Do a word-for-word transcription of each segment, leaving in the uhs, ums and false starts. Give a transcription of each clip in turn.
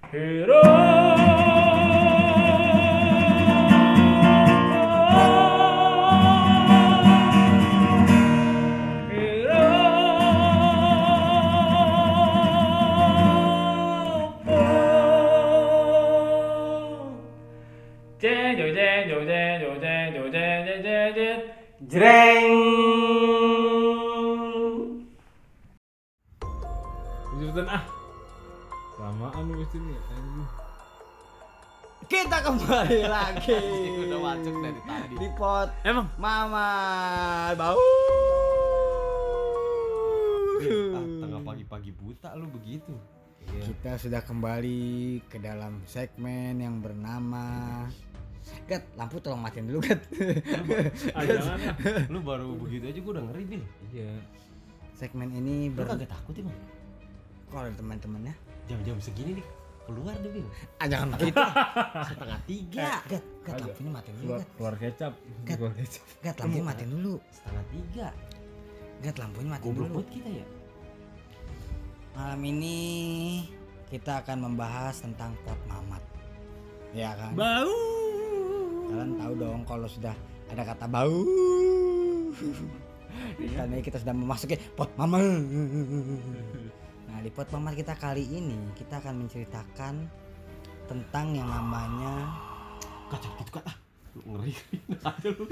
Hero. Jreng. Cepetan ah. Lamaan lu sini. Kita kembali lagi. Udah masuk dari tadi. Di pot Emang Mama bau. Ah, tengah pagi-pagi buta lu begitu. Kita sudah kembali ke dalam segmen yang bernama Gat, lampu tolong matiin dulu Gat. ah, jangan ah. Lu baru begitu aja gua udah ngeri, Bil. Iya. Segmen ini Lu ber... kagak takut emang? Kalau ada teman-temannya Jam-jam segini nih keluar deh, Bil. ah jangan begitu. Setengah tiga. Gat, Gat Agak. lampunya matiin dulu Keluar, Gat. keluar kecap. Gat. Keluar kecap. Gat lampunya matiin dulu. Setengah tiga. Gat lampunya matiin Goblok dulu. banget kita ya. Malam ini kita akan membahas tentang pot mamat. Ya kan? Bau. Kalian tahu dong kalau sudah ada kata bau. Karena kita sudah memasuki pot mamat. Nah, di pot mamat kita kali ini kita akan menceritakan tentang yang namanya Kacau gitu kan. Ah, lu ngeri. Aja lu.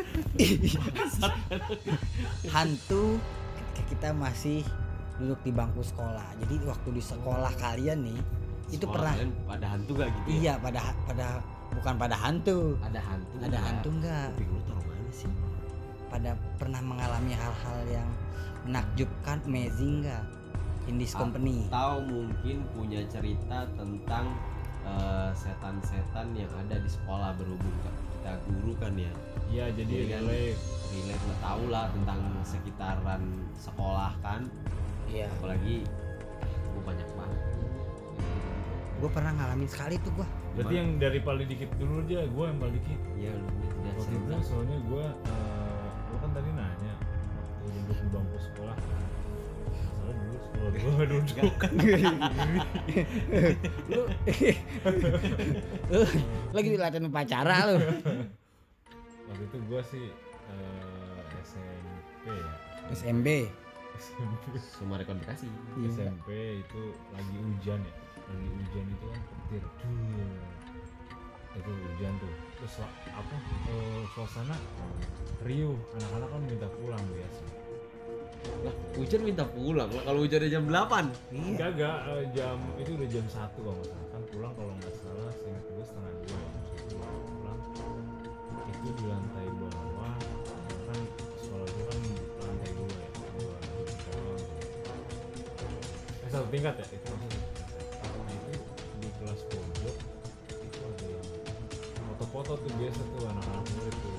hantu ketika kita masih duduk di bangku sekolah. Jadi waktu di sekolah kalian nih itu Sekolah pernah kalian pada hantu gak gitu ya? iya pada pada bukan pada hantu. Ada hantu. Ada enggak? hantu enggak? Kuping lu taruh mana sih? Pada pernah mengalami hal-hal yang menakjubkan, amazing enggak? In this company. Atau mungkin punya cerita tentang eh, setan-setan yang ada di sekolah berhubung kita guru kan ya. Iya, jadi Jadi kan relate. relate lah, tahu lah tentang sekitaran sekolah kan. Iya. Apalagi gue banyak banget. Gue pernah ngalamin sekali tuh gua. Berarti yang dari paling dikit dulu aja, gua yang paling dikit. Iya lu tidak Waktu itu seru. soalnya gua uh, lu kan tadi nanya waktu duduk di bangku sekolah. Masalah dulu sekolah gua duduk. Lu lu lagi latihan upacara lu. Waktu itu gua sih uh, S M P ya. S M B. S M P. Semua rekomendasi. Iya. S M P itu lagi hujan ya. Lagi hujan itu kan petir. Duh. Itu hujan tuh. Terus la- apa uh, suasana riuh, anak-anak kan minta pulang biasa. Lah, hujan minta pulang. Lah kalau hujannya jam delapan. Iya. Enggak enggak uh, jam itu udah jam satu kalau nggak salah kan pulang kalau nggak salah seingat gue setengah dua Terus pulang itu di lantai bawah kan sekolah gue kan lantai dua ya dua bawah. Eh satu tingkat ya itu maksudnya. Nah itu di kelas pojok itu ada yang foto-foto tuh biasa tuh anak-anak murid tuh.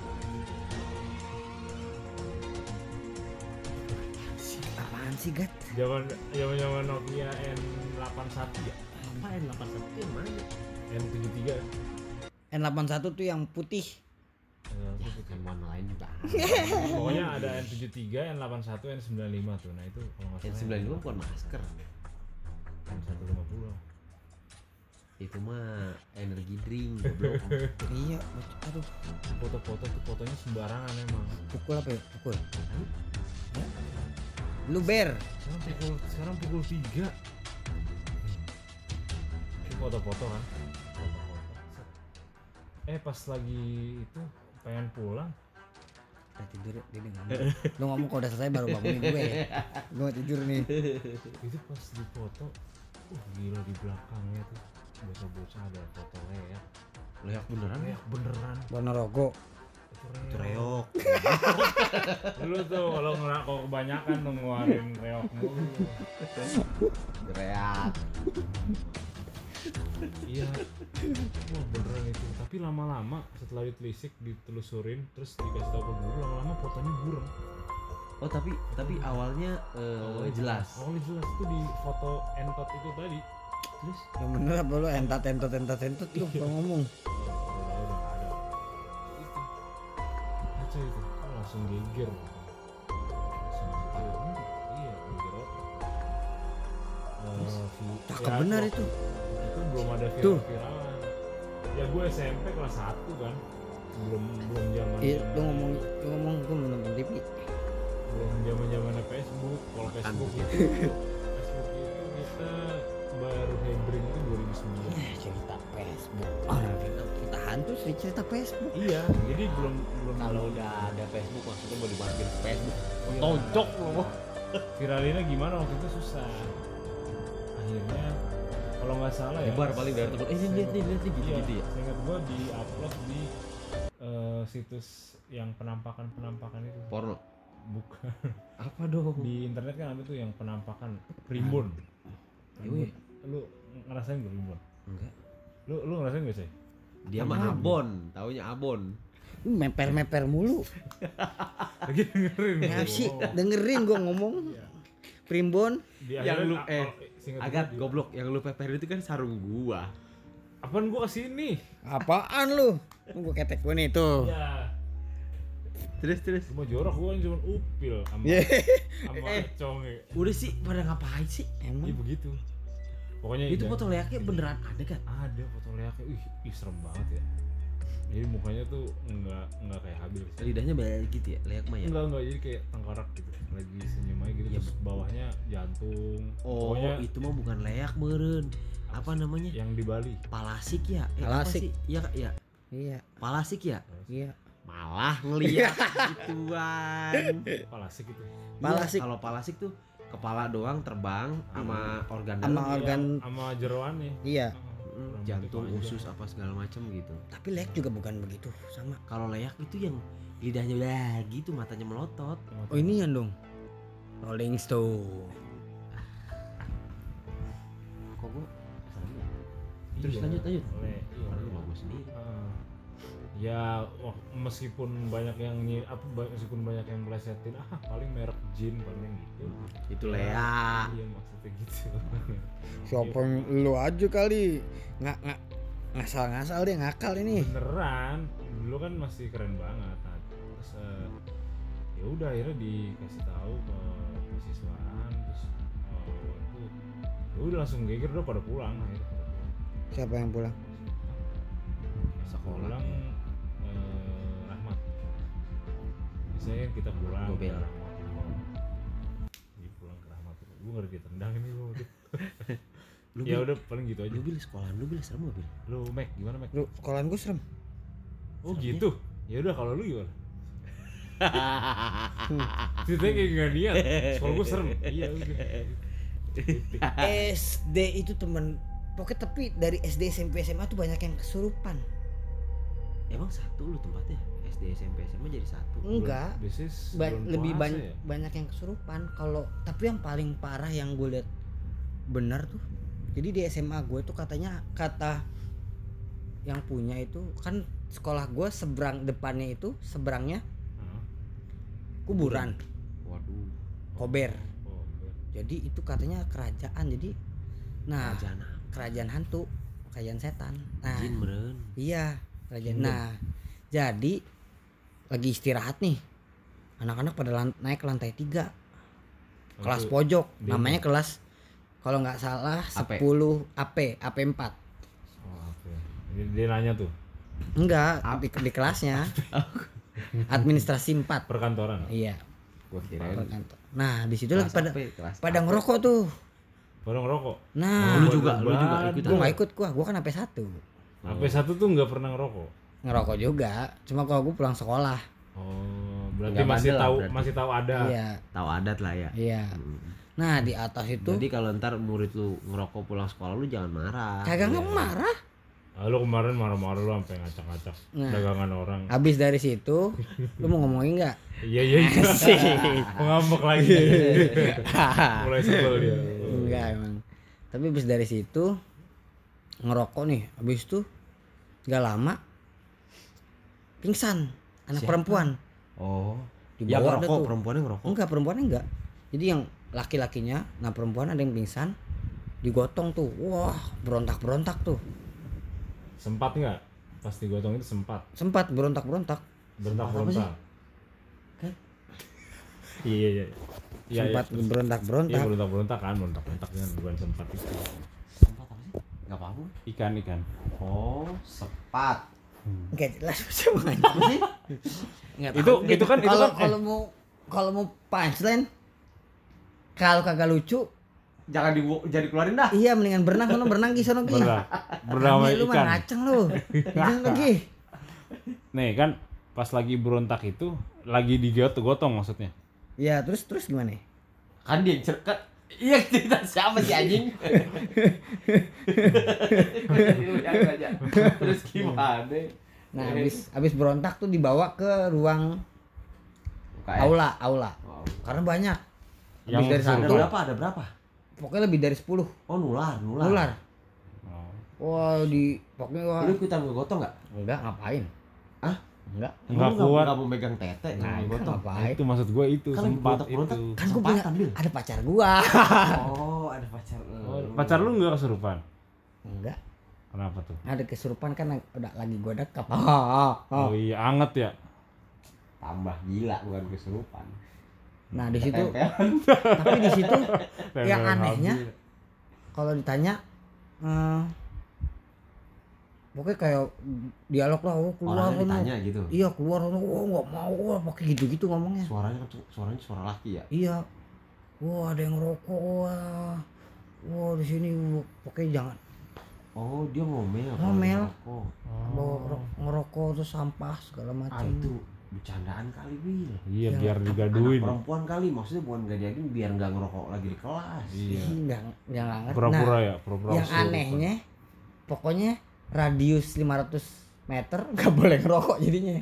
Apaan sih Gat? Zaman zaman zaman Nokia N delapan puluh satu ya. Apa N delapan puluh satu yang mana? N tujuh puluh tiga. N delapan puluh satu tuh yang putih. Eh, Ya, kan mana lain juga. Pokoknya ada N tujuh puluh tiga, N delapan puluh satu, N sembilan puluh lima tuh. Nah itu kalau nggak N salah. sembilan puluh lima bukan masker. N seratus lima puluh. Itu mah energi drink goblok. Iya, aduh, Foto-foto tuh fotonya sembarangan emang. pukul apa ya? Pukul. Ya? Lu ber. Sekarang pukul sekarang pukul tiga. Ini foto-foto kan. Foto-foto. Set. Eh pas lagi itu pengen pulang. Udah tidur ya, dia ngomong. Lu ngomong kalau udah selesai baru bangunin gue ya. Gue mau tidur nih. Itu pas di foto, uh gila di belakangnya tuh bocah-bocah ada foto leak. Leak beneran ya? Leak beneran. Ponorogo. Itu reok. Reok. Lu tuh kalau ngerak kalau kebanyakan tuh ngeluarin reok mulu. Reak. Iya. Wah beneran itu. Tapi lama-lama setelah ditelisik, ditelusurin, terus dikasih tahu ke guru, lama-lama fotonya buram. Oh tapi tapi awalnya eh, Awalnya jelas. Awalnya jelas itu di foto entot itu tadi. Terus Yang bener apa lu entat entot entot entot lu kalau ngomong. Udah udah nggak ada. Itu. Kacau itu. Oh, langsung geger. Langsung geger. Iya, geger otak. Eh, vi- Cakep ya, bener waktu- itu. Itu belum ada Tuh. viral-viralan. Ya gue S M P kelas satu kan. Belum belum zaman Iya, lu ngomong lu ngomong gue nonton T V. belum zaman-zamannya Facebook. Kalau Facebook itu Facebook itu kita baru hebring itu dua ribu sembilan. Eh, cerita Facebook. Ah, kita hantu sih cerita Facebook. Iya, jadi belum belum Kalau udah ada Facebook maksudnya mau dimasukin ke Facebook. Iya. Tonjok lu. Viralinnya gimana waktu itu susah. Akhirnya kalau nggak salah ya. Lebar paling dari temen. Eh ini lihat nih, lihat nih Iya, gitu-gitu ya. seingat gua di upload di eh, situs yang penampakan-penampakan itu. Porno. Bukan. Apa dong? Di internet kan ada tuh yang penampakan primbon. Yoi. Lu ngerasain gak primbon? Enggak. Lu lu ngerasain gak sih? Dia mah abon, taunya abon. Lu meper-meper mulu. Lagi dengerin. Ngasih, gua ngomong. dengerin gua ngomong. Iya. Primbon. Di Yang akhiran, lu ah, eh oh, seingat agak gua, goblok, yang lu peper itu kan sarung gua. apaan gua kesini? Apaan lu? Gua ketek gua nih tuh. Ya. Terus terus. Cuma jorok gua kan cuma upil sama Ye. sama Eh. conge. Udah sih pada ngapain sih? Iya Emang begitu. Pokoknya Itu iya. foto leaknya beneran ada kan? Ada foto leaknya. Ih, ih serem banget ya. Jadi mukanya tuh enggak enggak kayak Habil sih. Lidahnya banyak gitu ya, leak mah ya. Enggak enggak jadi kayak tengkorak gitu. Lagi senyum aja gitu Iya, terus bawahnya jantung. Oh, Pokoknya itu mah bukan leak meren. Apa namanya? yang di Bali. Palasik ya? Eh, apa Palasik. sih? Iya, iya. iya, Palasik ya? iya. Malah ngeliat gituan. Palasik itu. Palasik. Iya, kalau palasik tuh kepala doang terbang sama organ Sama dalam. organ Iya, sama jeroannya. iya. Mm, Rambutnya jantung, panjang. usus apa segala macam gitu. Tapi lek juga bukan begitu, sama. Kalau leak itu yang lidahnya udah gitu, matanya melotot. Oh ini yang dong. Rolling Stone. Kok gua serem ya? Terus Iya, lanjut lanjut. le- Iya. Kalau rumah gua sendiri. Ah. Ya, wah, meskipun banyak yang nyi- apa ba- meskipun banyak yang melesetin ah paling merek jin paling gitu. Itu Ya, leak. Iya maksudnya gitu. Siapa yang lu aja kali? Nggak nggak ngasal-ngasal dia ngakal ini. Beneran, dulu kan masih keren banget. Nah, terus eh, ya udah akhirnya dikasih tahu ke kesiswaan terus oh, itu ya udah langsung geger udah pada pulang akhirnya pada pulang. Siapa yang pulang? Sekolah. Pulang eh, Rahmat. Biasanya kan kita pulang Gobel. ke Rahmat. Jadi pulang ke Rahmat. Gue ngeri ditendang ini gue. Lu Ya Bil, udah paling gitu aja. lu bil sekolahan lu bil serem gak bil? Lu Mac gimana Mac? Lu sekolahan gue serem. Oh gitu. Ya udah kalau lu gimana? Ceritanya kayak gak niat. Sekolah gue serem. Iya udah. Titik. S D itu temen. Pokoknya tapi dari S D, S M P, S M A tuh banyak yang kesurupan. Emang satu lu tempatnya? S D, S M P, S M A jadi satu. Enggak. Biasanya Ba- sebelum lebih puasa banyak ya? banyak yang kesurupan. Kalau tapi yang paling parah yang gue lihat benar tuh. Jadi di S M A gue tuh katanya kata yang punya itu kan sekolah gue seberang depannya itu seberangnya Hah? kuburan, Waduh. kober. Oh, oke. Jadi itu katanya kerajaan. Jadi nah Kerajaan apa? kerajaan hantu, kerajaan setan. Nah Jin meren. iya kerajaan. Kingdom. Nah jadi lagi istirahat nih anak-anak pada lan- naik ke lantai tiga kelas Itu pojok demo. namanya kelas kalau nggak salah A P. sepuluh A P A P empat. Oh, oke. Dia, dia nanya tuh Enggak di, di kelasnya administrasi empat. perkantoran. Iya Gua kirain perkantor. Nah di situ lagi kelas pada A P, kelas pada A P. ngerokok tuh. Baru ngerokok. Nah lu buat juga, lu juga lebaran. ikutan. gua nggak ikut gua gua kan A P satu Oh. A P satu tuh nggak pernah ngerokok. ngerokok juga cuma kalau gua pulang sekolah. Oh, berarti Nggak masih bandel lah tahu berarti. masih tahu ada. Iya Tahu adat lah ya. iya. Hmm. Nah di atas itu Jadi kalau ntar murid lu ngerokok pulang sekolah lu jangan marah. kagak Iya. nggak marah. Ah, lu kemarin marah-marah lu sampai ngacak-ngacak Nah. dagangan orang. Habis dari situ lu mau ngomongin nggak? Iya iya iya. Asik. Ngambek lagi. Mulai sebel dia. Enggak emang. Tapi habis dari situ ngerokok nih. Habis itu nggak lama pingsan anak Siapa? perempuan. Oh. Dibawa Yang ada ngerokok, tuh. perempuannya ngerokok. Enggak perempuannya enggak. Jadi yang laki-lakinya, nah perempuan ada yang pingsan, digotong tuh. Wah berontak-berontak tuh. Sempat nggak? Pas digotong itu sempat Sempat berontak-berontak. berontak-berontak. Kan? Iya iya iya. Iya, Sempat iya. Iya berontak-berontak. berontak-berontak kan, berontak-berontak kan bukan sempat itu. Sempat apa sih? Nggak paham. Ikan ikan. Oh, sepat. Enggak jelas macam apa sih? Nggak Itu tahu. itu kan itu Kalau kan eh, kalau mau kalau mau punchline kalau kagak lucu, Jangan di jadi keluarin dah. iya mendingan berenang sono berenang gi sono gi. berenang berenang sama Anjing, lu mah ikan. ngaceng lu. Jangan lagi. Nih kan pas lagi berontak itu lagi digotong-gotong maksudnya. Ya, terus terus gimana? Kan dia cerkat. Iya cerita siapa sih anjing? Terus gimana? Nah, habis habis berontak tuh dibawa ke ruang U K M. aula, aula. Oh. Karena banyak. Yang Habis dari Ada satu, berapa? Ada berapa? pokoknya lebih dari sepuluh. Oh nular, nular. Ular. Oh. Wah, di pokoknya wah. Lu ikutan ngegotong nggak? Enggak ngapain? Ah? Enggak. Nggak Emang lu kuat. Nggak mau megang tete, Nah, nggak enggak gotong. ngapain? Itu maksud gue itu Kan lagi sempat berontak-berontak. itu. Kan gua punya Kesempatan, Bil. ada pacar gua. Oh, ada pacar. Oh, pacar lu nggak kesurupan? Enggak. Kenapa tuh? Ada kesurupan kan udah lagi gua dekat. Oh, Oh iya anget ya. Tambah gila bukan kesurupan. Nah, di situ Tempelan. tapi di situ yang Tempelan anehnya habis. kalau ditanya eh pokoknya kayak dialog lah, oh keluar Orangnya sono. ditanya gitu. Iya, keluar sono. Oh, enggak mau, wah pakai gitu-gitu ngomongnya. Suaranya kan suaranya suara laki ya. Iya. Wah, ada yang ngerokok. Wah. Wah, di sini wah, pokoknya jangan Oh, dia ngomel. kalau Ngomel. ngerokok. bawa ngerok- ngerokok terus sampah segala Ah, macam. itu bercandaan kali, Bil. Iya Yang biar Anak digaduin. perempuan kali, maksudnya bukan nggak jadi biar nggak ngerokok lagi di kelas. Iya. Enggak, enggak ngerti. Pura-pura Nah, ya, pura-pura. yang kesurupan. anehnya pokoknya radius lima ratus meter nggak boleh ngerokok jadinya.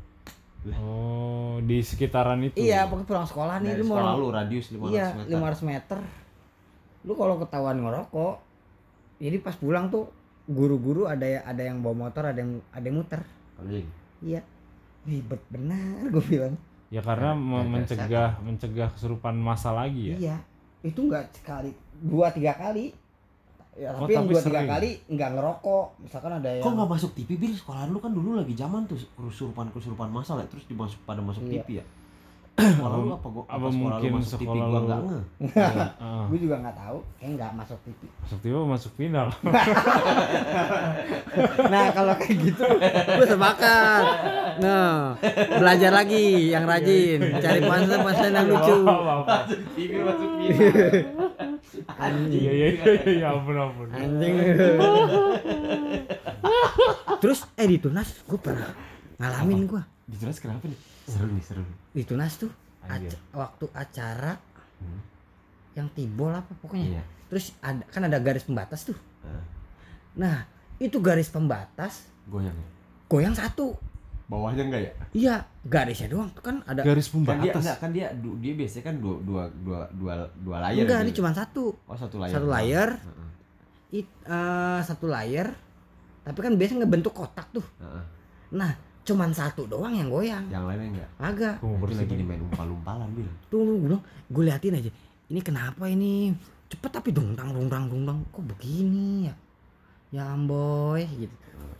Oh, di sekitaran itu. Iya, pokoknya pulang sekolah nih Dari lu sekolah mau lu radius lima ratus iya, meter. lima ratus meter. Lu kalau ketahuan ngerokok, jadi pas pulang tuh guru-guru ada ya ada yang bawa motor, ada yang ada yang muter. Paling. Iya. Ribet benar gue bilang. Ya karena Ya, me- ya, mencegah mencegah kesurupan massa lagi ya. Iya. Itu enggak sekali, dua tiga kali. Ya, Oh, tapi yang tapi dua tiga sering. kali enggak ngerokok. Misalkan ada yang Kok nggak masuk T V, Bil? Sekolah lu kan dulu lagi zaman tuh kesurupan-kesurupan masal ya, terus dimasuk pada masuk Iya. T V ya. Sekolah lu apa gua Apa apa sekolah mungkin lu masuk T V sekolah gua lu- nggak nge. Iya, heeh. gue juga nggak tahu, kayak nggak masuk T V. Masuk tiba masuk final. Nah kalau kayak gitu gue sepakat. Nah belajar lagi yang rajin, cari punchline punchline yang lucu. Masuk T V masuk T V. Iya iya iya iya ampun ampun. Anjing. Terus eh di Tunas gue pernah ngalamin gue. Dijelas kenapa nih? Seru nih, seru. Di Tunas tuh Anjir. aca- waktu acara Hmm. yang tibol apa pokoknya. Iya. Terus ada kan ada garis pembatas tuh. Heeh. Nah itu garis pembatas Goyang ya. goyang satu. Bawahnya enggak ya? Iya garisnya doang tuh kan ada. Garis Kan dia pembatas. enggak, kan dia du- dia biasanya kan dua dua dua dua, dua layar. Enggak, gitu. ini cuma satu. Oh, satu layar. satu doang. layar. Heeh. It, eh, satu layar. Tapi kan biasanya ngebentuk kotak tuh. Heeh. Nah, cuman satu doang yang goyang. Yang lainnya enggak. Agak. Gua mau Berarti bersih. lagi dimain umpal-umpalan, Bil. Tuh gue bilang, gue liatin aja. Ini kenapa ini cepet tapi dongdang dongdang dongdang. Kok begini ya? Ya amboy gitu.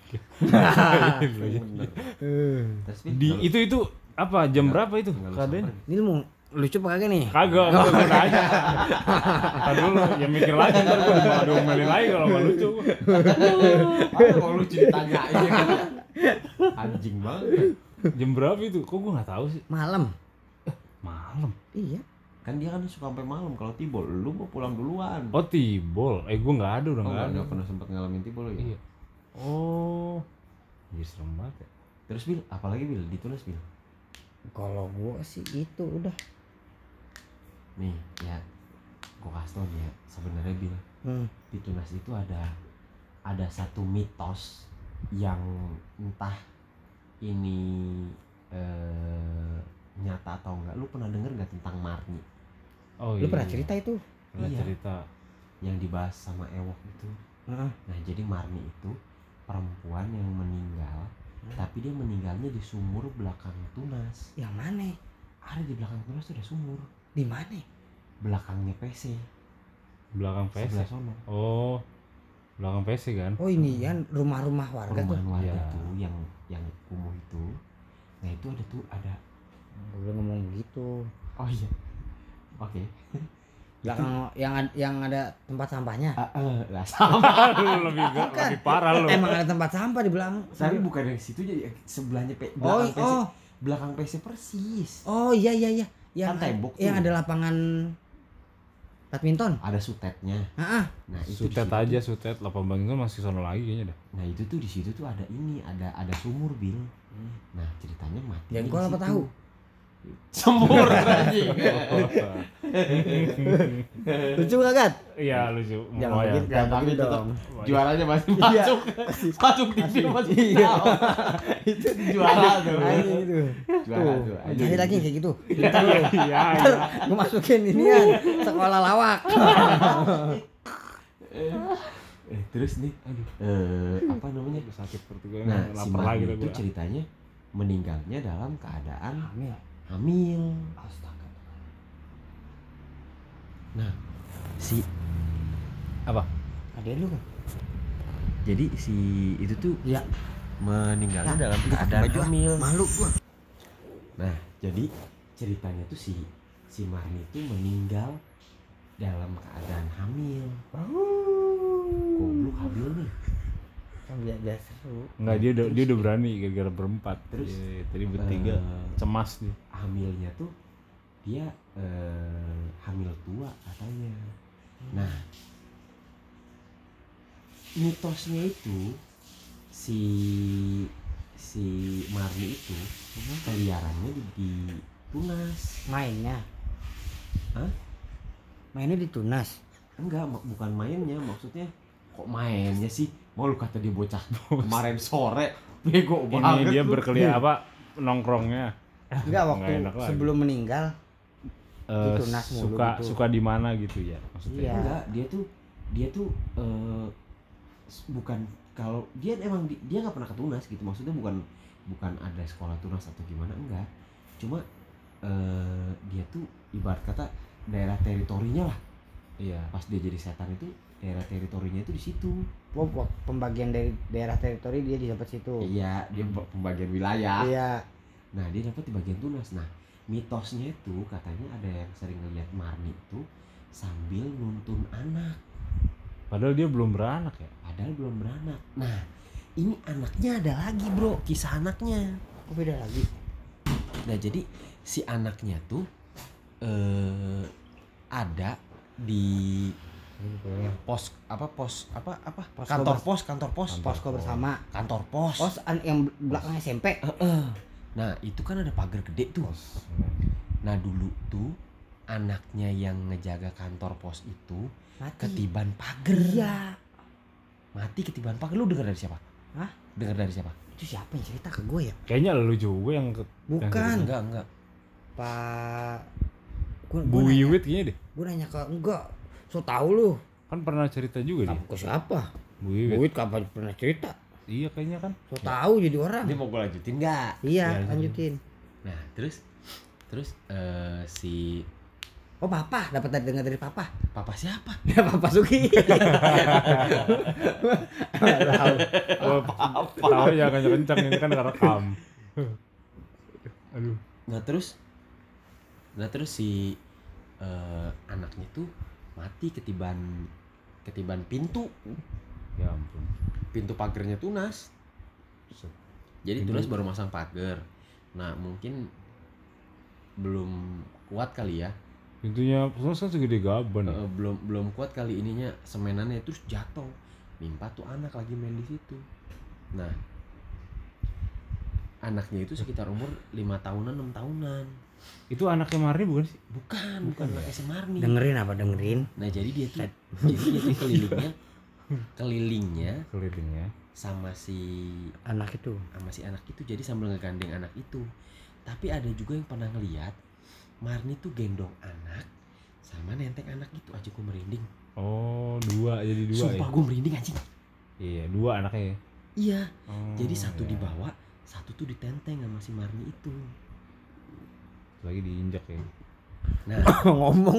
Bener. Terus Bil, Di kalau- itu itu apa jam berapa itu nggak lu keadaannya? samperin. Ini lu mau lucu apa kagak nih? Kagak, gue mau nanya. Tadi dulu ya mikir lagi ntar gue malah diomelin lagi kalau nggak lucu. Ah, kalau lucu ditanyain ya kan. Anjing banget. Jam berapa itu? Kok gue nggak tahu sih. Malam. Malam. Iya. Kan dia kan suka sampai malam kalau tibol. Lu mau pulang duluan. Oh tibol. Eh gue nggak ada udah Oh, nggak nggak ada. nggak pernah sempat ngalamin tibol ya. Iya. Oh. Jadi serem banget ya. Terus Bil, apalagi Bil ditulis Bil. Kalau gua sih itu udah. Nih, ya. Gua kasih tau nih ya, sebenarnya Bil, Hmm. di Tunas itu ada ada satu mitos yang entah ini eh, nyata atau enggak. Lu pernah denger nggak tentang Marni Oh Lu iya. pernah cerita itu? Pernah Iya. cerita. yang dibahas sama Ewok itu? Heeh. Nah, jadi Marni itu perempuan yang meninggal, tapi dia meninggalnya di sumur belakang Tunas. Yang mana? Ada di belakang Tunas tuh ada sumur. Di mana? Belakangnya P C. Belakang P C. Sebelah sono. Oh. Belakang P C kan? Oh ini kan rumah-rumah warga tuh. Perumahan warga Iya. tuh yang yang kumuh itu. Nah, itu ada tuh ada Gue ngomong begitu. oh iya. Oke. Belakang yang ad- yang ada tempat sampahnya. Ah, eh, lah sama. lebih ga- lebih parah lu. Emang ada tempat sampah di belakang. Tapi bukan yang situ, jadi sebelahnya P, Oh, belakang P C. oh. Belakang P C persis. Oh iya iya iya. Yang Kan tembok yang tuh. ada lapangan badminton. Ada sutetnya. Heeh. Nah, itu di Sutet situ aja tuh- sutet, lapangan itu masih sono lagi kayaknya dah. Nah, itu tuh di situ tuh ada ini, ada ada sumur, Bil. Nah, ceritanya mati. Jengkol apa tahu? Sumur anjing. Lucu kagak? Iya lucu. Jangan Mau ya. begitu, Ya, jangan tapi begitu tetap dong. juaranya masih Iya. masuk. Masuk T V masih Iya. tahu. Itu juara tuh. Anjing itu. Juara Tuh, tuh. cari lagi kayak gitu. Ntar lu. Iya Ntar iya. gua masukin inian sekolah lawak. Eh, terus nih, aduh. Eh, apa namanya? Sakit perut gue, Nah, si lapar lagi Marni dah itu gue. ceritanya meninggalnya dalam keadaan Hamil. hamil. Astaga. Nah, si Apa? Ada lu kan? jadi si itu tuh Iya. meninggalnya Nah, dalam udah pakai keadaan baju ah. hamil. Malu gua. Nah, jadi ceritanya tuh si si Marni itu meninggal dalam keadaan hamil. Goblok hamil nih. Kan biar biar seru. Enggak, dia udah dia udah berani gara-gara berempat. Terus, Iya, tadi bertiga eh, cemas nih. Hamilnya tuh dia eh, hamil tua katanya. Nah, mitosnya itu si si Marni itu peliharannya di, di tunas. Mainnya. Hah? Mainnya di tunas. Enggak, mak- bukan mainnya, maksudnya kok mainnya sih? Mau lu kata dia bocah kemarin sore, bego Ini banget. dia lu. berkelia apa nongkrongnya. Enggak waktu Nggak enak lagi. sebelum meninggal. Eh, Ditunas mulu suka gitu. suka di mana gitu ya maksudnya. Iya. Enggak, dia tuh dia tuh eh, s- bukan kalau dia emang di- dia nggak pernah ke tunas gitu, maksudnya bukan bukan ada sekolah tunas atau gimana, enggak. Cuma eh, dia tuh ibarat kata daerah teritorinya lah. Iya. Pas dia jadi setan itu daerah teritorinya itu di situ. Oh, wah, pembagian dari daerah teritori dia di dapat situ. Iya, dia b- pembagian wilayah. Iya. Nah, dia dapat di bagian tunas. Nah, mitosnya itu katanya ada yang sering ngeliat Marni itu sambil nuntun anak, Padahal dia belum beranak ya. padahal belum beranak. Nah, ini anaknya ada lagi, Bro, kisah anaknya. Oh, beda lagi. Nah, jadi si anaknya tuh eh ada di pos apa pos apa apa Posko kantor bers- pos kantor pos Posko bersama. kantor pos. Oh, an- yang belakang S M P. Nah, itu kan ada pagar gede tuh. Nah, dulu tuh anaknya yang ngejaga kantor pos itu Mati. ketiban pagar. Iya. Mati ketiban pagar. Lu dengar dari siapa? Hah? Dengar dari siapa? Itu siapa yang cerita ke gue ya? Kayaknya lu juga yang ke Bukan. yang Enggak, enggak. Pak gua, Bu gua nanya, Wiwit kayaknya deh. gua nanya ke enggak. So tahu lu. Kan pernah cerita juga dia. Ke siapa? Bu Wiwit. Buit kapan pernah cerita? Iya kayaknya kan. So tahu jadi orang. Ini mau gue lanjutin enggak? Iya, Ya, lanjutin. Nah, terus terus eh, si Oh, papa, dapat dari dengar dari papa. papa siapa? Ya, papa Sugi. Tahu. Oh, tahu ya kenceng-kenceng ini kan rekam. Aduh. Nah, terus nah terus si eh, anaknya tuh mati ketiban ketiban pintu. Ya ampun. Pintu pagernya tunas. Jadi Pintu- tunas baru masang pagar. Nah, mungkin belum kuat kali ya. Pintunya terus kan segede gaban ya. Eh, belum belum kuat kali ininya semenannya, terus jatuh. Mimpa tuh anak lagi main di situ. Nah, anaknya itu sekitar umur lima tahunan, enam tahunan. Itu anaknya Marni bukan sih? Bukan, bukan anak S M Marni. Dengerin apa dengerin? Nah, jadi dia tuh jadi dia tuh kelilingnya kelilingnya Kelilingnya. sama si Anak itu. sama si anak itu, jadi sambil ngegandeng anak itu. Tapi ada juga yang pernah ngeliat Marni tuh gendong anak sama nenteng anak gitu, aja gue merinding. Oh, dua jadi dua Sumpah ya. gue merinding anjing. Iya, dua anaknya ya. Iya. Oh, Jadi satu iya. dibawa, satu tuh ditenteng sama si Marni itu. Lagi diinjak ya. Nah, Ngomong.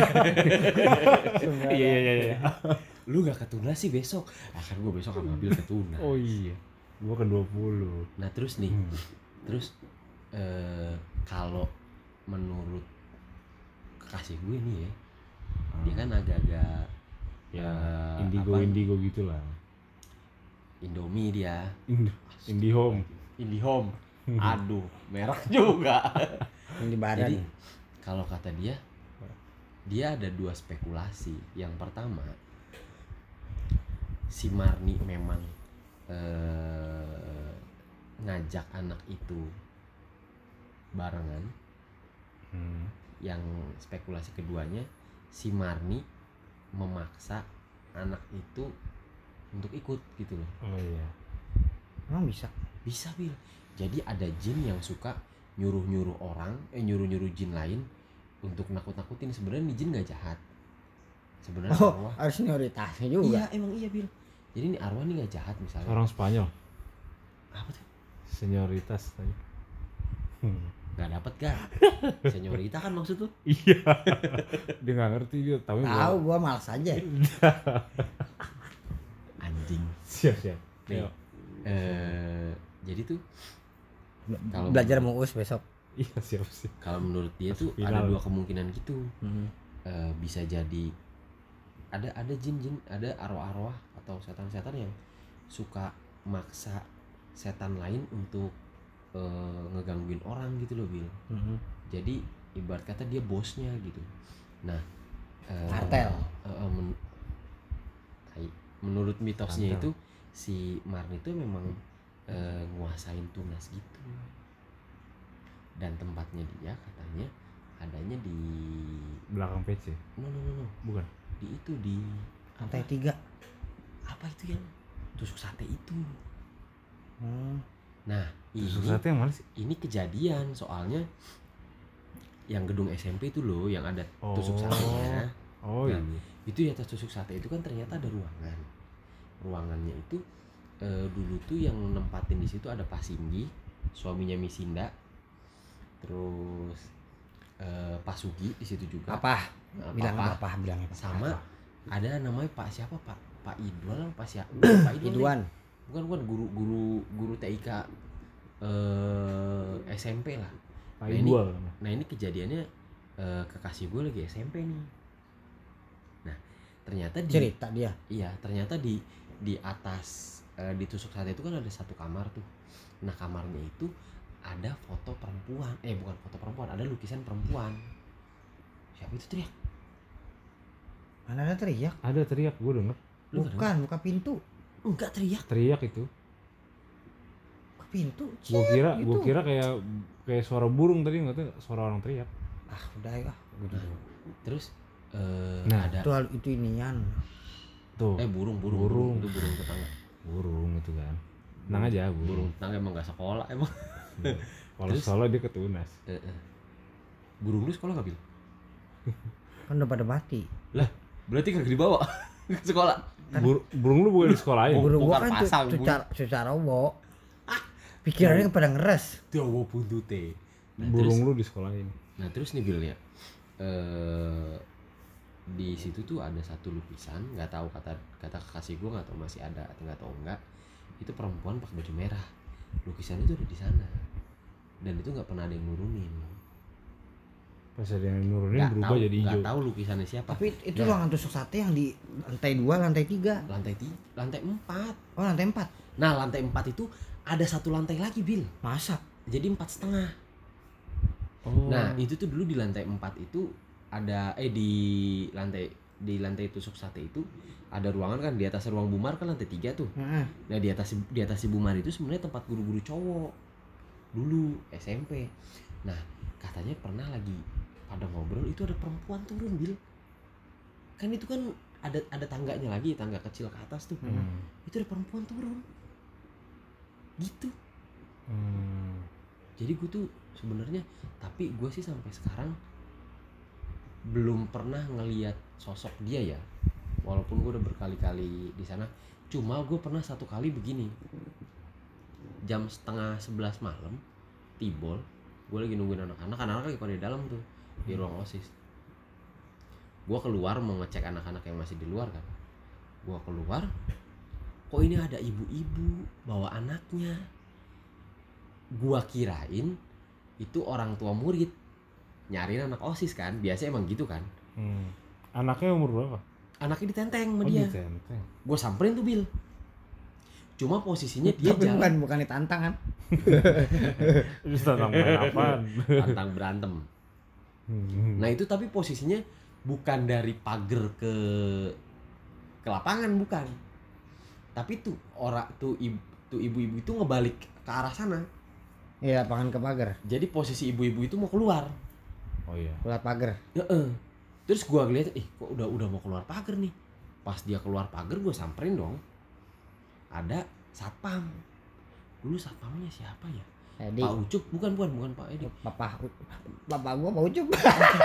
Iya iya iya. lu gak ke tunas sih besok? Ah, kan gue besok sama Bil ke tunas. Oh iya. Gua ke dua puluh. Nah, terus nih, Hmm. terus eh, kalau menurut kekasih gue nih ya, Dia kan agak-agak Ya, eh, indigo apa, indigo gitulah. Indomie dia. Ind- Indihome. Indihome. Aduh, merek juga. Yang di badan. Jadi kalau kata dia, dia ada dua spekulasi. Yang pertama, si Marni memang eh, ngajak anak itu barengan. Hmm. Yang spekulasi keduanya, si Marni memaksa anak itu untuk ikut gitu loh. Oh iya. Emang bisa? Bisa Bil. Jadi ada jin yang suka nyuruh-nyuruh orang, eh nyuruh-nyuruh jin lain untuk nakut-nakutin. Sebenarnya nih jin nggak jahat. Sebenarnya Oh, arwah. harus senioritasnya juga. Iya emang iya Bil. Jadi ini arwah nih nggak jahat misalnya. Orang Spanyol. Apa tuh? Senioritas tadi. Hmm. Gak dapet gak? Senyorita kan maksud lu? Iya. Dia nggak ngerti dia, tahu Tahu gua malas aja. Anjing. Siap siap. Nih, Ayo. eh, jadi tuh Kalau Belajar mau us besok. Iya siap siap. kalau menurut dia tuh Final. ada dua kemungkinan gitu. Hmm. Eh, bisa jadi ada ada jin-jin, ada arwah-arwah atau setan-setan yang suka maksa setan lain untuk eh, ngegangguin orang gitu loh Bil. Hmm. Jadi ibarat kata dia bosnya gitu. Nah, eh, Kartel. eh, eh, men- tai. menurut mitosnya Kartel. itu si Marni itu memang eh, nguasain tunas gitu. Dan tempatnya dia katanya adanya di Belakang P C. no no no no Bukan. di itu di Lantai apa, tiga. apa itu yang tusuk sate itu. Hmm. Nah ini Tusuk sate yang mana sih? ini kejadian soalnya yang gedung S M P itu loh yang ada Oh. tusuk satenya. Oh Nah, iya. Itu di atas tusuk sate itu kan ternyata ada ruangan. Ruangannya itu eh, dulu tuh yang nempatin di situ ada Pak Singgi, suaminya Misinda. Terus eh, Pak Sugi di situ juga. Apa? Nah, Bilang Papa. apa? Bilangnya apa? Sama ada namanya Pak siapa Pak Pak Idwan apa Pak siapa? Pak Idwan. Iduan. nih. Bukan bukan guru guru guru T I K eh, S M P lah. Pak Nah, ini- Ibual. Nah ini kejadiannya eh, kekasih gue lagi S M P nih. Nah ternyata di Cerita dia. iya ternyata di di atas eh, di tusuk sate itu kan ada satu kamar tuh. Nah kamarnya itu ada foto perempuan. Eh bukan foto perempuan, ada lukisan perempuan. Siapa itu teriak? Mana ada teriak? Ada teriak, gue denger. Lu nggak Bukan, buka pintu. denger? Enggak teriak. Teriak itu. Buka pintu. Gue kira, Gitu. gue kira kayak kayak suara burung tadi, nggak tahu suara orang teriak. Ah, udah ya. Gua dulu. Terus eh, Nah. ada Itu hal itu inian. Tuh. eh burung burung Burung. itu burung tetangga. Burung itu kan. Tenang aja Burung burung. tetangga emang nggak sekolah emang. Kalau Terus? sekolah dia ke Tunas. Eh, eh. Burung lu sekolah nggak Bil? Kan udah pada mati. Lah berarti kagak dibawa ke sekolah. Bur- burung lu bukan di sekolah ya? Bu- Burung gua bukan kan pasang, cu- burung. secara secara wo. Pikirannya pada ngeres. Dawa buntute. Nah, Burung terus, lu di sekolah ini. nah terus nih Bil ya. Eh di situ tuh ada satu lukisan, nggak tahu kata kata kekasih gue nggak tahu masih ada atau nggak tahu enggak. Itu perempuan pakai baju merah. Lukisan itu ada di sana. Dan itu nggak pernah ada yang nurunin. Pas ada yang nurunin Nggak berubah tahu, jadi nggak hijau. tahu lukisannya siapa. Tapi itu Nah, ruangan tusuk sate yang di lantai dua, lantai tiga. lantai tiga, lantai empat. Oh, lantai empat. Nah lantai empat itu ada satu lantai lagi Bil. Masa? Jadi empat setengah. Oh. Nah itu tuh dulu di lantai empat itu ada eh di lantai di lantai tusuk sate itu ada ruangan kan di atas ruang Bumar kan lantai tiga tuh. Heeh. Nah di atas di atas si Bumar itu sebenarnya tempat guru-guru cowok dulu S M P. Nah katanya pernah lagi pada ngobrol itu ada perempuan turun Bil. Kan itu kan ada ada tangganya lagi, tangga kecil ke atas tuh. Hmm. Itu ada perempuan turun. Gitu. Hmm. Jadi gue tuh sebenarnya, tapi gue sih sampai sekarang belum pernah ngelihat sosok dia ya. Walaupun gue udah berkali-kali di sana. Cuma gue pernah satu kali begini. Jam setengah sebelas malam, tibol. Gue lagi nungguin anak-anak, anak-anak lagi pada di dalam tuh di ruang OSIS. Gue keluar mau ngecek anak-anak yang masih di luar kan. Gue keluar, kok ini ada ibu-ibu bawa anaknya. Gua kirain itu orang tua murid nyariin anak OSIS kan, biasa emang gitu kan. Hmm. Anaknya umur berapa? Anaknya ditenteng sama Oh, dia. ditenteng. Gue samperin tuh Bil. Cuma posisinya dia Tapi jalan bukan bukan ditantang kan. Terus tentang main apaan? tantang berantem. Hmm. Nah itu tapi posisinya bukan dari pagar ke ke lapangan, bukan. Tapi tuh orang tuh ibu tuh ibu-ibu itu ngebalik ke arah sana. Iya, lapangan ke pagar. Jadi posisi ibu-ibu itu mau keluar. Oh iya. Lewat pagar. Heeh. Terus gua ngeliat, ih kok udah udah mau keluar pagar nih. Pas dia keluar pagar gua samperin dong. Ada satpam. Dulu satpamnya siapa ya? Edi. Pak Ucup, bukan bukan bukan Pak Edi. Papa Bapak gua Pak Ucup.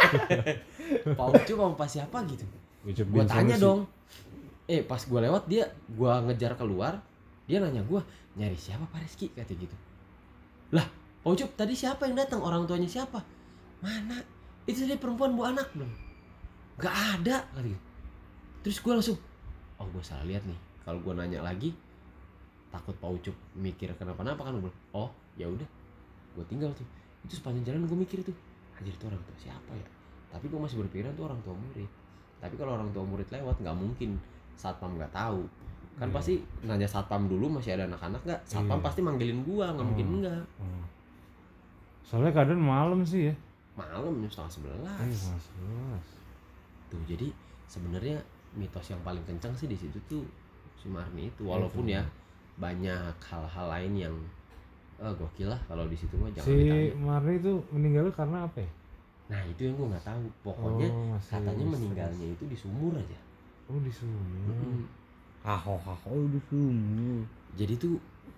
Pak Ucup sama Pak siapa gitu. Ucup Gua bin tanya Sanusi. dong. Eh pas gua lewat dia, gua ngejar keluar, dia nanya gua, nyari siapa Pak Rizky, kata gitu. Lah, Pak Ucup tadi siapa yang datang? Orang tuanya siapa? Mana? Itu tadi perempuan bawa anak belum? Gak ada, kata gitu. Terus gua langsung, oh gua salah lihat nih. Kalau gua nanya lagi, takut Pak Ucup mikir kenapa-napa kan. Gua bilang, oh ya udah, gua tinggal tuh. Itu sepanjang jalan gua mikir tuh, anjir itu orang tua siapa ya? Tapi gua masih berpikiran tuh orang tua murid. Tapi kalau orang tua murid lewat, nggak mungkin satpam nggak tahu. Kan Iya. pasti nanya satpam dulu masih ada anak-anak nggak? Satpam Iya. pasti manggilin gua, nggak mungkin Hmm. enggak. Hmm. Soalnya kadang malam sih ya. Malam jam setengah sebelas. Iya, Mas. Mas. Tuh jadi sebenarnya mitos yang paling kencang sih di situ tuh si Marni itu. Walaupun ya banyak hal-hal lain yang eh, gokil lah kalau di situ mah jangan Si ditanya. Marni itu meninggalnya karena apa ya? Nah itu yang gua nggak tahu. Pokoknya Oh, masih katanya misterius. meninggalnya itu di sumur aja. Oh, di sumur. Mm-mm. Haho haho di sumur. Jadi tuh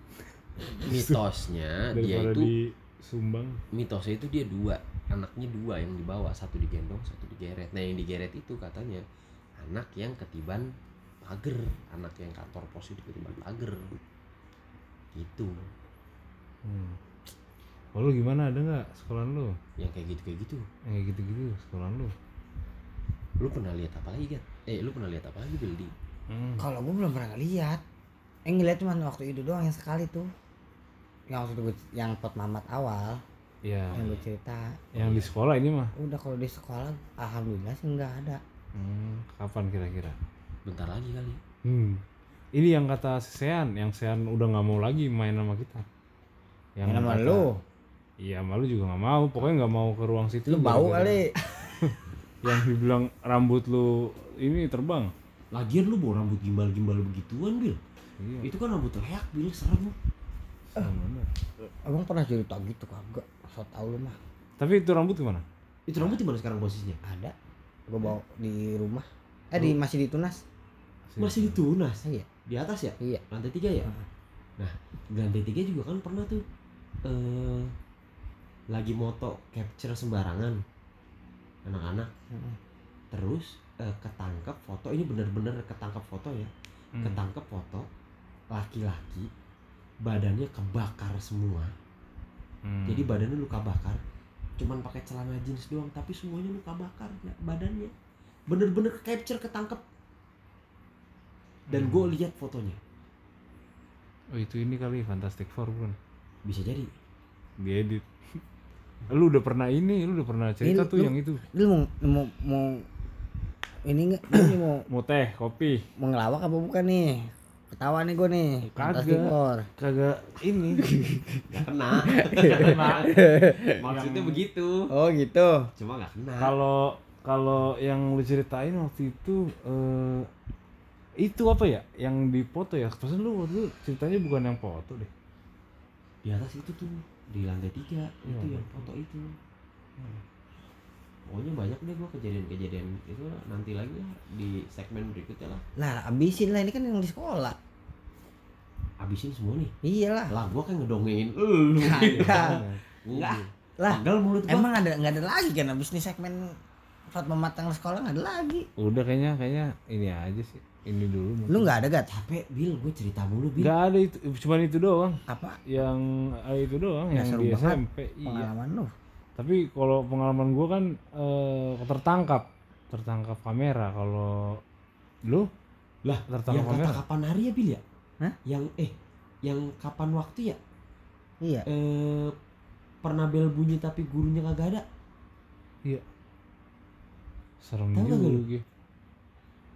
mitosnya dia Daripada itu di Sumbang. mitosnya itu dia dua, anaknya dua yang dibawa, satu digendong, satu digeret. Nah yang digeret itu katanya anak yang ketiban pagar, anak yang kantor pos itu ketiban pagar, gitu. Hmm. Oh, lu gimana, ada nggak sekolahan lu? Yang kayak gitu kayak gitu. Yang kayak gitu-gitu sekolahan lu? Lu pernah lihat apa lagi kan? Eh lu pernah lihat apa lagi Bildi? Hmm. Kalau gua belum pernah ngeliat. Eh ngeliat cuma waktu itu doang yang sekali tuh. Yang waktu itu gua, yang pot mamat awal Ya, yang gue cerita. yang di sekolah ini mah. Udah kalau di sekolah alhamdulillah sih nggak ada. Hmm, kapan kira-kira? Bentar lagi kali. Hmm. Ini yang kata si Sean, yang Sean udah nggak mau lagi main sama kita. Yang nama kata- lu, Iya, sama lu juga nggak mau. Pokoknya nggak mau ke ruang situ. lu bau gara-gara kali. Yang dibilang rambut lu ini terbang. Lagian lu bawa rambut gimbal-gimbal begituan Bil. Iya. Itu kan rambut leak Bil, serem lu. Sama bener. Abang pernah cerita gitu kagak? So tau lu mah. Tapi itu rambut gimana? Itu rambut di mana sekarang posisinya? Ada. Gua bawa di rumah. Eh di masih di Tunas. Masih ditunas. Iya. Di atas ya? Iya. Lantai tiga ya? Heeh. Nah, di lantai tiga juga kan pernah tuh eh lagi moto capture sembarangan anak-anak, Heeh. terus eh, ketangkep foto, ini bener-bener ketangkep foto ya, Hmm. ketangkep foto laki-laki badannya kebakar semua, Hmm. jadi badannya luka bakar, cuman pakai celana jeans doang, tapi semuanya luka bakar ya, badannya, bener-bener capture ketangkep, dan Hmm. gue lihat fotonya, Oh, itu ini kali Fantastic Four bukan? bisa jadi. Diedit. Lu udah pernah ini, lu udah pernah cerita Ini tuh lu- yang itu. Lu mau mau mau ini nggak? Ini mau Mau teh, kopi. mau ngelawak apa bukan nih? Ketawa nih gue nih. Fantastic Kagak. Four. Kagak ini. Gak kena. Kena. Maksudnya begitu. Oh gitu. Cuma gak kena. Kalau kalau yang lu ceritain waktu itu eh itu apa ya? Yang di foto ya? Pasan lu waktu itu ceritanya bukan yang foto deh. Di atas itu tuh, di lantai tiga itu Iya. yang foto itu. Pokoknya banyak deh gua kejadian-kejadian itu, nanti lagi lah di segmen berikutnya lah. Lah abisin lah, ini kan yang di sekolah. Habisin semua nih. Iyalah. Lah gua kan ngedongengin lu. Kagak. Enggak. Lah Pegel mulut gua. emang ada nggak ada lagi kan abis nih segmen Fatma Matang sekolah nggak ada lagi. Udah kayaknya kayaknya ini aja sih. Ini dulu. Lu nggak ada gat? capek Bil, gue cerita mulu Bil. Enggak ada itu, cuman itu doang. Apa Yang eh, itu doang yang, Yang seru di banget S M P. Iya. pengalaman lu? Tapi kalau pengalaman gua kan eh, tertangkap, tertangkap kamera. Kalau lu Lah, tertangkap yang kata kamera. kapan hari ya Bil ya? Hah? Yang eh yang kapan waktu ya? Iya. Eh pernah bel bunyi tapi gurunya kagak ada. Iya. Serem Tahu nggak juga lu? gitu.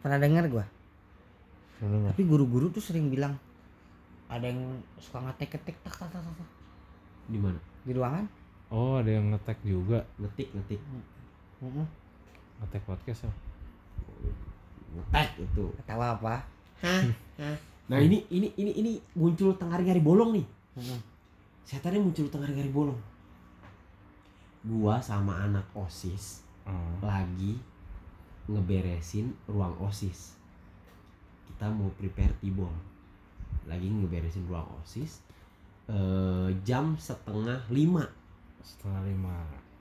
Pernah dengar gua. Dengar. Tapi guru-guru tuh sering bilang ada yang suka ngetek-ngetek tak tak tak tak Di mana? di ruangan. Oh, ada yang ngetek juga. Ngetik ngetik. Heeh. Ngetek podcast ya. Ngetek itu. Ketawa apa? Nah ini ini ini ini muncul tengari-ngari bolong nih. Heeh. Setannya muncul tengari-ngari bolong. Gua sama anak OSIS Oh. lagi ngeberesin ruang OSIS. Kita mau prepare T-ball. Lagi ngeberesin ruang OSIS. Eh, jam setengah lima. Setengah lima.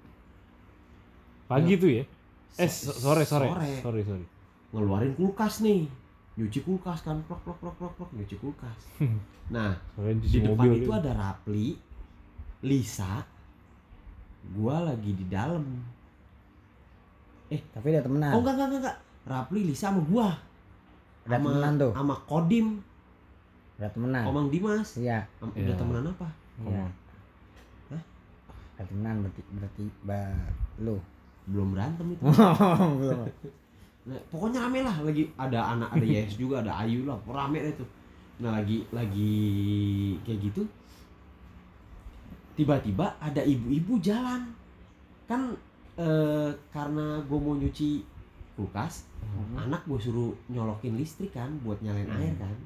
Pagi tuh ya? Eh So- sore sore. sore. Sorry sorry. Ngeluarin kulkas nih. Nyuci kulkas kan, plok plok plok plok plok nyuci kulkas. Nah, Soalnya di cuci depan mobil itu ya. ada Rapli, Lisa, gua lagi di dalam. Tapi ada temenan. Oh enggak enggak enggak, enggak. Rapli, Lisa sama gua. Ada Sama- temenan tuh. Sama Kodim, Ada temenan. Omang Dimas. Iya. Am- Iya. Udah temenan apa? Iya. Hah? Ada temenan berarti berarti ba lu. Belum berantem itu. Belum. Nah, pokoknya rame lah, lagi ada anak, ada Yes juga, ada Ayu lah, rame deh tuh. Nah lagi lagi kayak gitu, tiba-tiba ada ibu-ibu jalan, kan eh, karena gue mau nyuci kulkas, anak gue suruh nyolokin listrik kan, buat nyalain Hmm. air kan.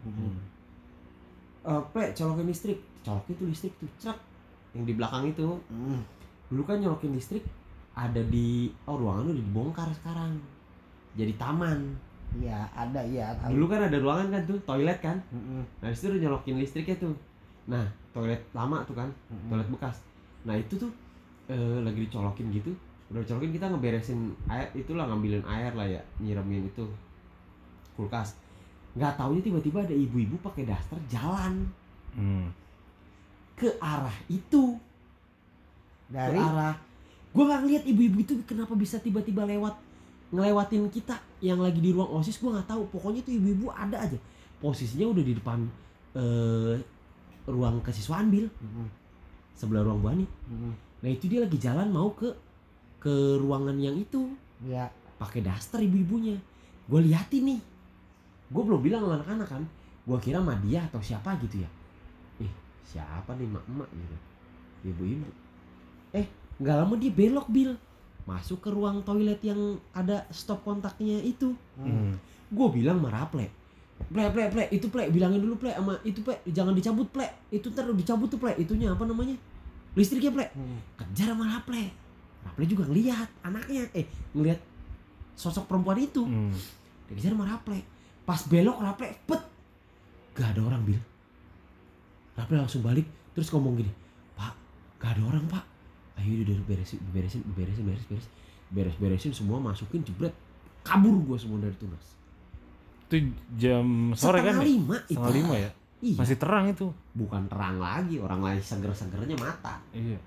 Eh, Ple, colokin listrik, colokin tuh listrik tuh, cek, yang di belakang itu. Dulu kan nyolokin listrik ada di, oh ruangan udah dibongkar sekarang, jadi taman. Iya, ada iya. tahu. Dulu kan ada ruangan kan tuh, toilet kan. Mm-mm. Nah disitu udah nyolokin listriknya tuh. Nah toilet lama tuh kan, Mm-mm. toilet bekas. Nah itu tuh eh, lagi dicolokin gitu. Udah dicolokin, kita ngeberesin air, itulah ngambilin air lah ya, nyiramin itu kulkas. Nggak taunya tiba-tiba ada ibu-ibu pakai daster jalan Hmm. ke arah itu, Dari ke arah. Gua nggak ngeliat ibu-ibu itu kenapa bisa tiba-tiba lewat, ngelewatin kita yang lagi di ruang OSIS. Gua nggak tahu, pokoknya tuh ibu-ibu ada aja, posisinya udah di depan eh, ruang kesiswaan Bil, Mm-mm. sebelah ruang Bu Ani. Mm-mm. Nah itu dia lagi jalan mau ke ke ruangan yang itu, Iya. pakai daster ibu-ibunya. Gue liatin nih, gue belum bilang sama anak-anak kan, gue kira sama dia atau siapa gitu ya. Eh siapa nih emak-emak gitu, ibu-ibu. Eh nggak lama dia belok Bil, masuk ke ruang toilet yang ada stop kontaknya itu. Hmm. Gue bilang sama Raple, Ple ple ple itu ple, bilangin dulu ple sama itu ple, jangan dicabut ple, itu ntar udah dicabut tuh ple, itunya apa namanya, listriknya ple. Mm. Kejar sama Raple, Raple juga ngelihat anaknya, eh ngelihat sosok perempuan itu, Hmm. dikejar sama Raple. Pas belok Raple, pet, gak ada orang Bil. Raple langsung balik, terus ngomong gini, Pak, gak ada orang Pak, ayo udah beresin, beresin, beresin, beres, beres, beres, beresin semua, masukin jebret, kabur gua semua dari Tunas. Itu jam sore kan? Setengah Ya? lima itu. Setengah lima ya? Iya. Masih terang itu. Bukan terang lagi, orang lain seger-segernya mata. Iya.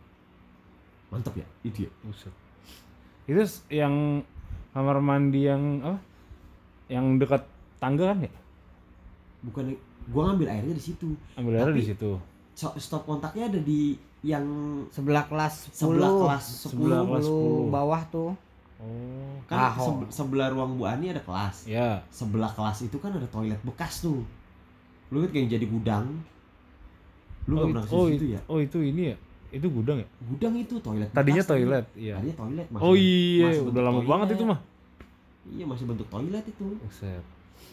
Mantap ya, itu ya. Buset. Itu s- yang kamar mandi yang apa? Yang dekat tangga kan ya? Bukan, gua ngambil airnya di situ. Ambil air Tapi- di situ. So- Stop kontaknya ada di yang Sebelah kelas sepuluh. sebelah kelas Sebelah sepuluh. kelas sepuluh. bawah tuh. Oh. Kan Ahok. sebe- sebelah ruang Bu Ani ada kelas. Ya. Sebelah kelas itu kan ada toilet bekas tuh. Lu lihat kayak jadi gudang. Lu Oh, nggak pernah it- ke oh, situ it- ya? oh itu ini ya? Itu gudang ya? Gudang itu toilet. Tadinya bekas tadi. toilet, iya. Tadinya toilet. masih- Oh iya, masih udah bentuk lama toilet. banget itu mah. Iya masih bentuk toilet itu. Buset.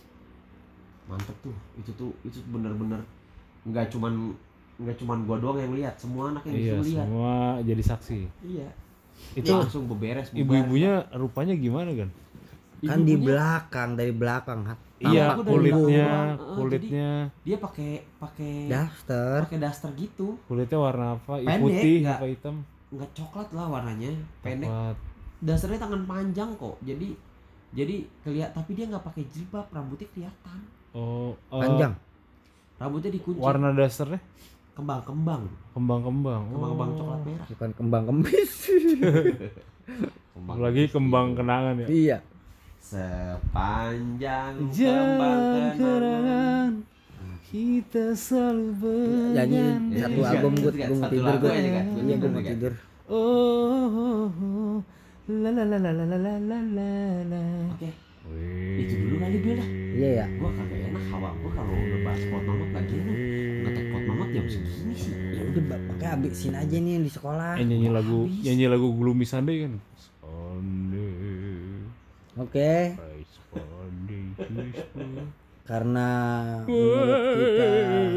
Mantep tuh. Itu tuh itu bener-bener nggak cuman nggak cuman gua doang yang lihat, semua anak yang Iya, bisa lihat. semua jadi saksi. Iya. Itu Dia langsung beberes. bubar. ibu-ibunya rupanya gimana kan? Kan di Ibu-ibunya- belakang, dari belakang. Hat. Iya, aku dari kulitnya, belakang doang. Eh, kulitnya, Dia pakai pakai Daster. pakai daster gitu, kulitnya warna apa? Pendek, Putih nggak? apa hitam? nggak coklat lah warnanya, pendek. Apa? Dasternya tangan panjang kok, jadi jadi kelihat, tapi dia nggak pakai jilbab, rambutnya kelihatan, Oh, eh, Panjang. rambutnya dikunci, warna dasarnya kembang-kembang, kembang-kembang. kembang-kembang Oh. coklat merah, Bukan kembang kembis. kembang Lagi putih. kembang kenangan ya. Iya. Sepanjang kembang Jangan kenangan. kenangan kita selalu Nyanyi bernyanyi. satu Iya, album gue iya, gue mau satu tidur lagu gue. aja kan, gue Iya gue tidur mau kan. tidur. Oh, oh, oh, la la la la la la la la la la. Oke, Itu dulu kali Bil dah. Iya ya. Gua kagak enak hawa gua kalau udah bahas pot mamat lagi lu ngetek pot mamat jam segini sih. Ya udah ba- pakai habisin aja nih yang di sekolah. Eh nyanyi lagu habis. nyanyi lagu Gloomy Sunday kan. Sunday, Oke, Christ Sunday, Christmas. karena menurut kita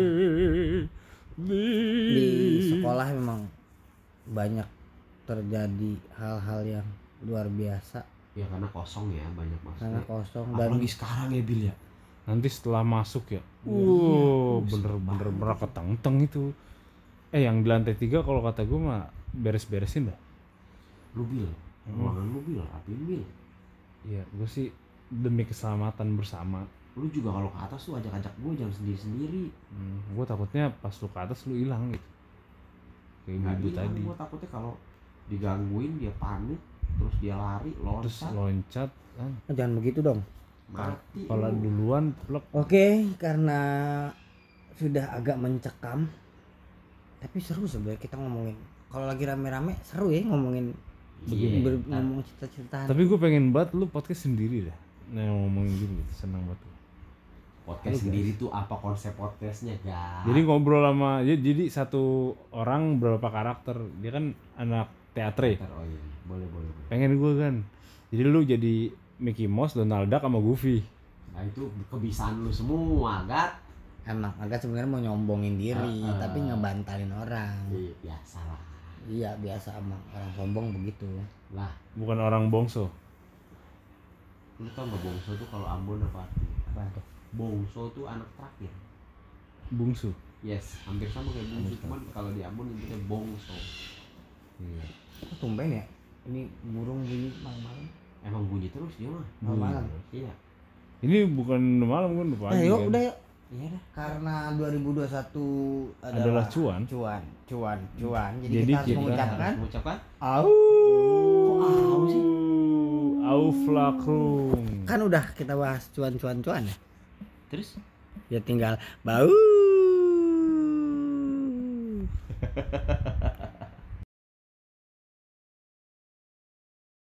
di sekolah memang banyak terjadi hal-hal yang luar biasa Ya karena kosong ya banyak karena maksudnya. kosong dan Apalagi sekarang ya Bil ya. Nanti setelah masuk ya, Iya, wow, buset bener-bener banget. meraketeng-teng itu. Eh yang di lantai tiga kalau kata gue mah beres-beresin dah. Lu Bil, Hmm. ruangan lu Bil, rapiin Bil. Iya, gue sih demi keselamatan bersama. Lu juga kalau ke atas tuh ajak-ajak gue jangan sendiri-sendiri. Hmm, gue takutnya pas lu ke atas lu hilang gitu. Kayak Nggak ibu hilang, tadi. gue takutnya kalau digangguin dia panik, terus dia lari, Terus loncat, loncat kan. Oh, jangan begitu dong. mati. Kepala lu. duluan plek. Oke, karena sudah agak mencekam, tapi seru sebenarnya kita ngomongin. Kalau lagi rame-rame seru ya ngomongin Iya, ber- ntar ngomong cita-citaan. Tapi gue pengen banget lu podcast sendiri dah. Nah ngomongin gitu, senang banget. podcast Lu, sendiri tuh apa konsep podcastnya guys? Jadi ngobrol sama jadi, jadi satu orang berapa karakter. Dia kan anak teatre. Ntar, oh iya, boleh boleh. boleh. Pengen gue kan. Jadi lu jadi Mickey Mouse, Donald Duck sama Goofy. Nah itu kebisaan lu semua, Gat. Emang agak sebenarnya mau nyombongin diri, Uh, uh. tapi ngebantalin orang. Iya, biasa lah. Iya biasa emang orang sombong begitu. Lah, Bukan orang bongso. lu tau gak Bongso tuh kalau Ambon apa artinya? Apa tuh? Bongso tuh anak terakhir. Bungsu. Yes, hampir sama kayak Bungsu, cuman kalau di Ambon nyebutnya Bongso. Iya. Kok tumben ya? Ini burung bunyi malam-malam. Emang bunyi terus dia mah. Malam-malam. Iya. Ini bukan malam kan, udah pagi Eh, yuk kan. udah yuk. Iya dah. Karena dua ribu dua puluh satu adalah, Adalah cuan. cuan, cuan, cuan. Jadi, Jadi kita harus kita mengucapkan Harus mengucapkan au. Kok au sih? Auflakrung. Kan udah kita bahas cuan-cuan cuan ya. terus Ya tinggal bau.